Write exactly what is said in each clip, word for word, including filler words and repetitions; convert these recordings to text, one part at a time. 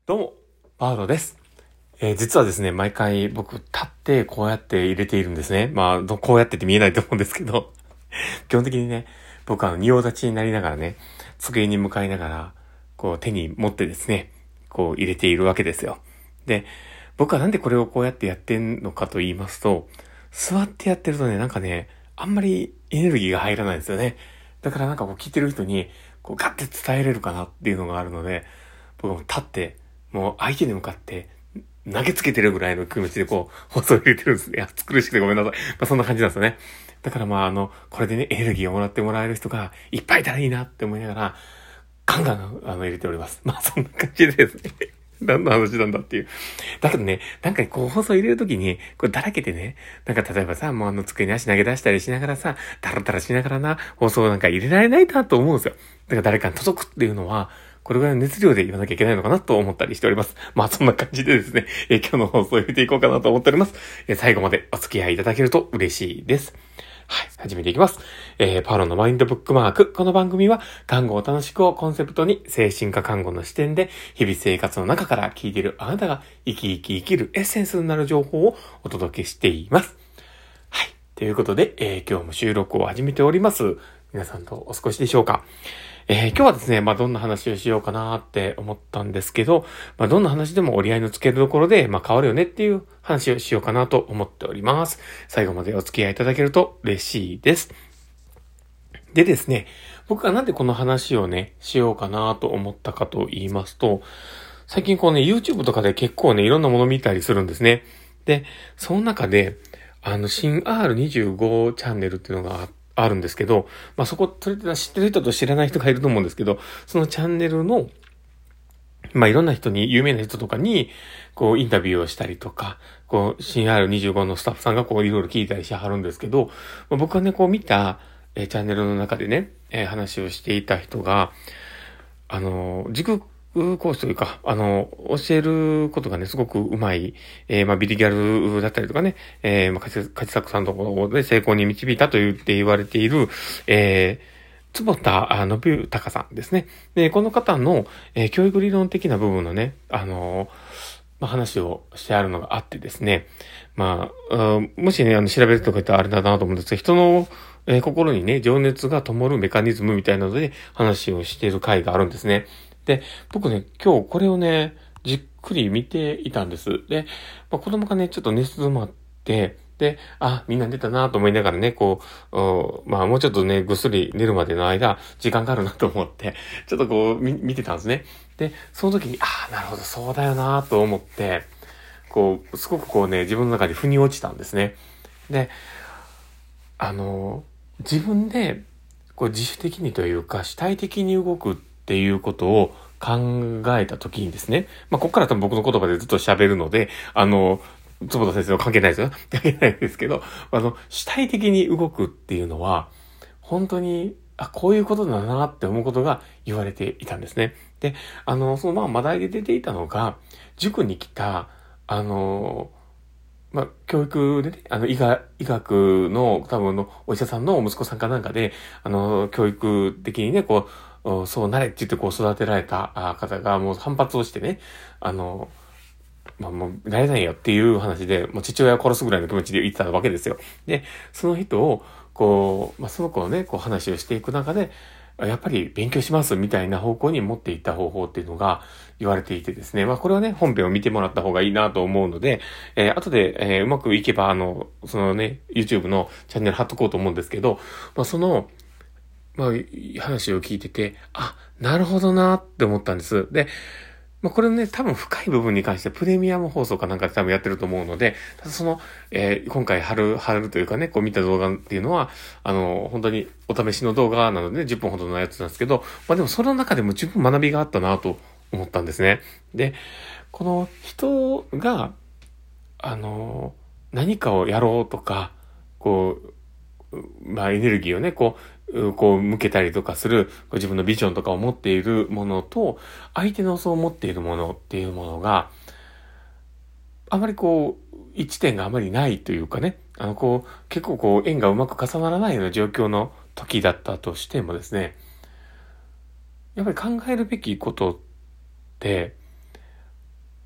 どうも、パウロです。えー、実はですね、毎回僕立ってこうやって入れているんですね。まあ、どこうやってって見えないと思うんですけど、基本的にね、僕は仁王立ちになりながらね、机に向かいながら、こう手に持ってですね、こう入れているわけですよ。で、僕はなんでこれをこうやってやってんのかと言いますと、座ってやってるとね、なんかね、あんまりエネルギーが入らないんですよね。だからなんかこう聞いてる人に、こうガッて伝えれるかなっていうのがあるので、僕も立って、もう相手に向かって投げつけてるぐらいの気持ちでこう放送を入れてるんですね。いや、暑苦しくてごめんなさい。まあそんな感じなんですよね。だからまああの、これでね、エネルギーをもらってもらえる人がいっぱいいたらいいなって思いながら、ガンガンあの入れております。まあそんな感じでですね。何の話なんだっていう。だけどね、なんかこう放送入れるときに、これだらけてね、なんか例えばさ、もうあの机に足投げ出したりしながらさ、ダラダラしながらな、放送なんか入れられないなと思うんですよ。だから誰かに届くっていうのは、これぐらいの熱量で言わなきゃいけないのかなと思ったりしております。まあそんな感じでですね、えー今日の放送を入れていこうかなと思っております。えー最後までお付き合いいただけると嬉しいです。はい、始めていきます。えー、パウロのマインドブックマーク。この番組は、看護を楽しくをコンセプトに、精神科看護の視点で、日々生活の中から聞いているあなたが、生き生き生きるエッセンスになる情報をお届けしています。はい。ということで、えー今日も収録を始めております。皆さんとお過ごしでしょうか。えー今日はですね、まあ、どんな話をしようかなって思ったんですけど、まあ、どんな話でも折り合いのつけるところで、まあ、変わるよねっていう話をしようかなと思っております。最後までお付き合いいただけると嬉しいです。でですね、僕がなんでこの話をね、しようかなと思ったかと言いますと、最近こうね、YouTube とかで結構ね、いろんなもの見たりするんですね。で、その中で、あの、新 アールにじゅうご チャンネルっていうのがああるんですけど、まあ、そこ、それって知ってる人と知らない人がいると思うんですけど、そのチャンネルの、まあ、いろんな人に、有名な人とかに、こう、インタビューをしたりとか、こう、新 アールにじゅうご のスタッフさんがこう、いろいろ聞いたりしはるんですけど、まあ、僕がね、こう見た、えーチャンネルの中でね、えー話をしていた人が、あの、塾講師というか、あの、教えることがね、すごくうまい、えーまあ、ビリギャルだったりとかね、えー、まあ、かち、かちさくさんのところで成功に導いたと言って言われている、えー、坪田あ信孝さんですね。で、この方の、えー教育理論的な部分のね、あのまあ、話をしてあるのがあってですね。まあ、うんもしね、あの、調べるとか言ったらあれだなと思うんですけど、人の、えー心にね、情熱が灯るメカニズムみたいなので話をしている回があるんですね。で、僕ね、今日これをね、じっくり見ていたんです。で、まあ、子供がね、ちょっと寝静まって、で、あ、みんな寝たなと思いながらね、こう、おまあもうちょっとね、ぐっすり寝るまでの間、時間があるなと思って、ちょっとこう、見、見てたんですね。で、その時に、ああ、なるほど、そうだよなと思って、こう、すごくこうね、自分の中で腑に落ちたんですね。で、あの、自分で、こう自主的にというか、主体的に動くっていうことを考えたときにですね、まあ、ここから多分僕の言葉でずっと喋るので、あの、坪田先生は関係ないですよ。関係ないですけど、あの、主体的に動くっていうのは、本当に、あ、こういうことだなって思うことが言われていたんですね。で、あの、そのまあ、話題で出ていたのが、塾に来た、あの、まあ、教育でね、あの、医学、医学の多分のお医者さんの息子さんかなんかで、あの、教育的にね、こう、おそうなれって言ってこう育てられたあ方がもう反発をしてね、あの、まあもう、なれないよっていう話で、もう父親を殺すぐらいの気持ちで言ってたわけですよ。で、その人を、こう、まあ、その子のね、こう話をしていく中で、やっぱり勉強しますみたいな方向に持っていった方法っていうのが言われていてですね。まあこれはね、本編を見てもらった方がいいなと思うので、えー後で、えーうまくいけば、あの、そのね、YouTube のチャンネル貼っとこうと思うんですけど、まあその、まあ話を聞いてて、あ、なるほどなって思ったんです。で、まあ、これね、多分深い部分に関してプレミアム放送かなんかで多分やってると思うので、ただその、えー今回貼る、貼るというかね、こう見た動画っていうのは、あの、本当にお試しの動画なので、ね、じゅっぷんほどのやつなんですけど、まあでもその中でも十分学びがあったなと思ったんですね。で、この人が、あの、何かをやろうとか、こう、まあエネルギーをね、こう、うこう向けたりとかする、こう自分のビジョンとかを持っているものと、相手のそう思っているものっていうものが、あまりこう、一致点があまりないというかね、あの、こう、結構こう、縁がうまく重ならないような状況の時だったとしてもですね、やっぱり考えるべきことって、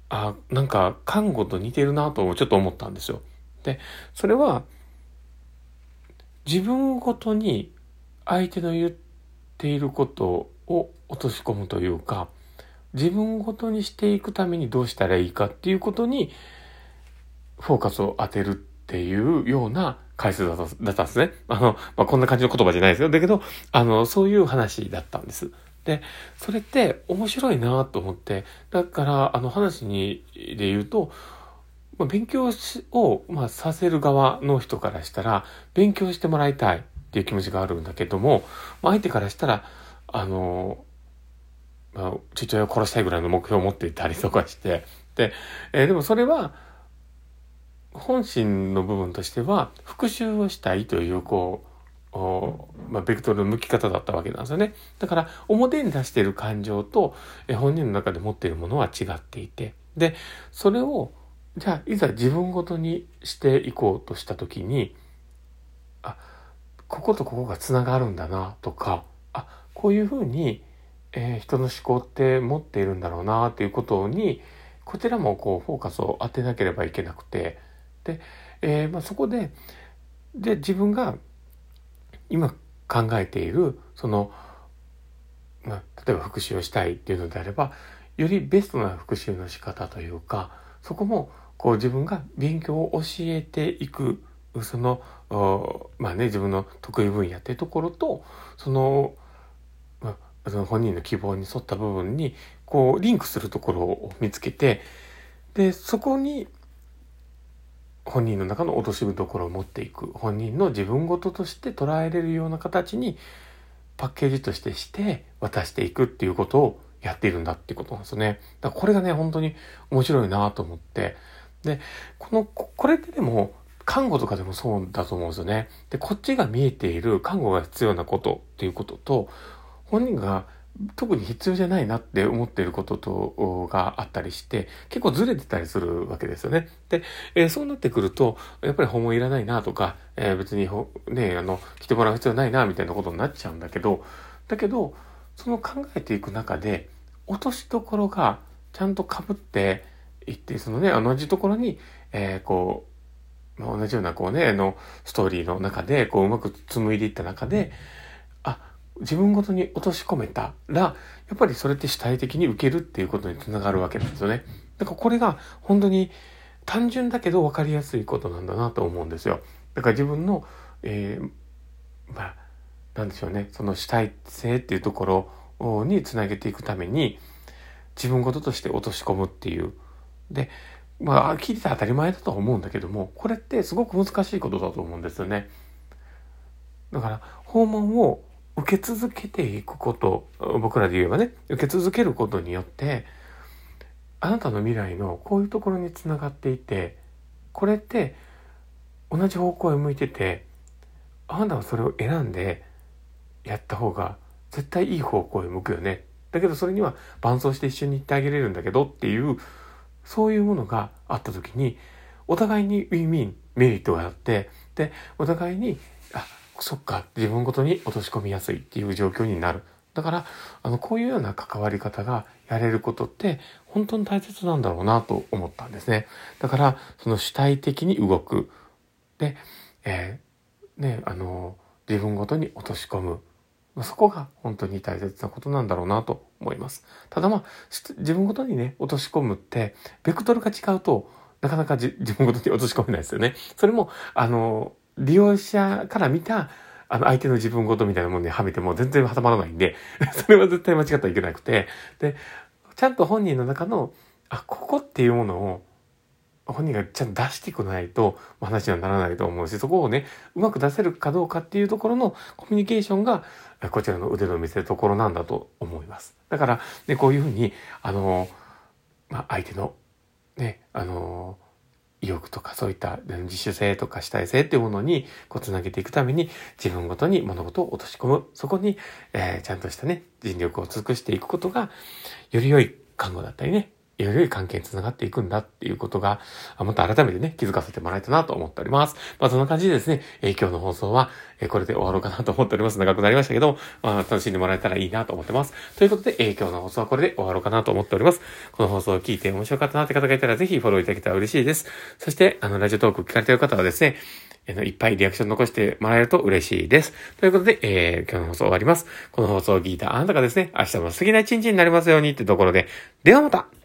あ、なんか看護と似てるなとちょっと思ったんですよ。で、それは自分ごとに相手の言っていることを落とし込むというか、自分ごとにしていくためにどうしたらいいかっていうことにフォーカスを当てるっていうような回数だっただったんですね。あの、まあ、こんな感じの言葉じゃないですよ。だけど、あの、そういう話だったんです。で、それって面白いなと思って、だから、あの話に、で言うと、まあ、勉強しを、まあ、させる側の人からしたら、勉強してもらいたいっていう気持ちがあるんだけども、まあ、相手からしたら、あの、まあ、父親を殺したいぐらいの目標を持っていたりとかして、で、えーでもそれは、本心の部分としては、復讐をしたいという、こう、おまあ、ベクトルの向き方だったわけなんですよね。だから、表に出している感情と、え本人の中で持っているものは違っていて、で、それを、じゃあ、いざ自分ごとにしていこうとしたときに、あ、こことここがつながるんだな、とか、あ、こういうふうに、えー人の思考って持っているんだろうな、ということに、こちらもこう、フォーカスを当てなければいけなくて、で、えーまあ、そこで、で、自分が今考えている、その、まあ、例えば復習をしたいっていうのであれば、よりベストな復習の仕方というか、そこも、こう自分が勉強を教えていく、その、まあね、自分の得意分野っていうところと、その、まあ、その本人の希望に沿った部分に、こう、リンクするところを見つけて、で、そこに、本人の中の落としどころを持っていく、本人の自分事として捉えれるような形にパッケージとしてして渡していくっていうことをやっているんだっていうことなんですよね。だからこれがね、本当に面白いなと思って。で、この、これってでも、看護とかでもそうだと思うんですよね。で、こっちが見えている看護が必要なことっていうことと、本人が特に必要じゃないなって思っていることとがあったりして、結構ずれてたりするわけですよね。で、えーそうなってくると、やっぱり訪問いらないなとか、えー別にほ、ね、あの、来てもらう必要ないなみたいなことになっちゃうんだけど、だけど、その考えていく中で、落としどころがちゃんと被っていって、そのね、同じところに、えーこう、まあ同じようなこうね、あの、ストーリーの中で、こう、うまく紡いでいった中で、あ、自分ごとに落とし込めたら、やっぱりそれって主体的に受けるっていうことにつながるわけなんですよね。だからこれが本当に単純だけど分かりやすいことなんだなと思うんですよ。だから自分の、えー、まあ、なんでしょうね、その主体性っていうところにつなげていくために、自分ごととして落とし込むっていう。で、まあ、聞いてたら当たり前だとは思うんだけども、これってすごく難しいことだと思うんですよね。だから、訪問を受け続けていくこと、僕らで言えばね、受け続けることによって、あなたの未来のこういうところにつながっていて、これって同じ方向へ向いてて、あなたはそれを選んでやった方が絶対いい方向へ向くよね。だけどそれには伴走して一緒に行ってあげれるんだけどっていう、そういうものがあった時に、お互いにウィンウィンメリットがあって、で、お互いに、あ、そっか、自分ごとに落とし込みやすいっていう状況になる。だから、あの、こういうような関わり方がやれることって、本当に大切なんだろうなと思ったんですね。だから、その主体的に動く。で、えーね、あの、自分ごとに落とし込む。そこが本当に大切なことなんだろうなと思います。ただまあ、自分ごとにね、落とし込むって、ベクトルが違うと、なかなか自分ごとに落とし込めないですよね。それも、あの、利用者から見た、あの、相手の自分ごとみたいなものにはめても全然挟まらないんで、それは絶対間違ってはいけなくて、で、ちゃんと本人の中の、あ、ここっていうものを、本人がちゃんと出してこないと話にはならないと思うし、そこをね、うまく出せるかどうかっていうところのコミュニケーションが、こちらの腕の見せるところなんだと思います。だから、ね、こういうふうに、あの、まあ、相手の、ね、あの、意欲とかそういった自主性とか主体性っていうものにこうつなげていくために自分ごとに物事を落とし込む。そこに、えー、ちゃんとしたね、尽力を尽くしていくことが、より良い看護だったりね、 より良い関係につながっていくんだっていうことが、もっと改めてね、気づかせてもらえたなと思っております。まあそんな感じでですね、えー、今日の放送は、えー、これで終わろうかなと思っております。長くなりましたけど、まあ楽しんでもらえたらいいなと思ってます。ということで、えー、今日の放送はこれで終わろうかなと思っております。この放送を聞いて面白かったなって方がいたらぜひフォローいただけたら嬉しいです。そして、あの、ラジオトーク聞かれている方はですね、あの、いっぱいリアクション残してもらえると嬉しいです。ということで、えー、今日の放送終わります。この放送を聞いたあなたがですね、明日も素敵な一日になりますようにってところで、ではまた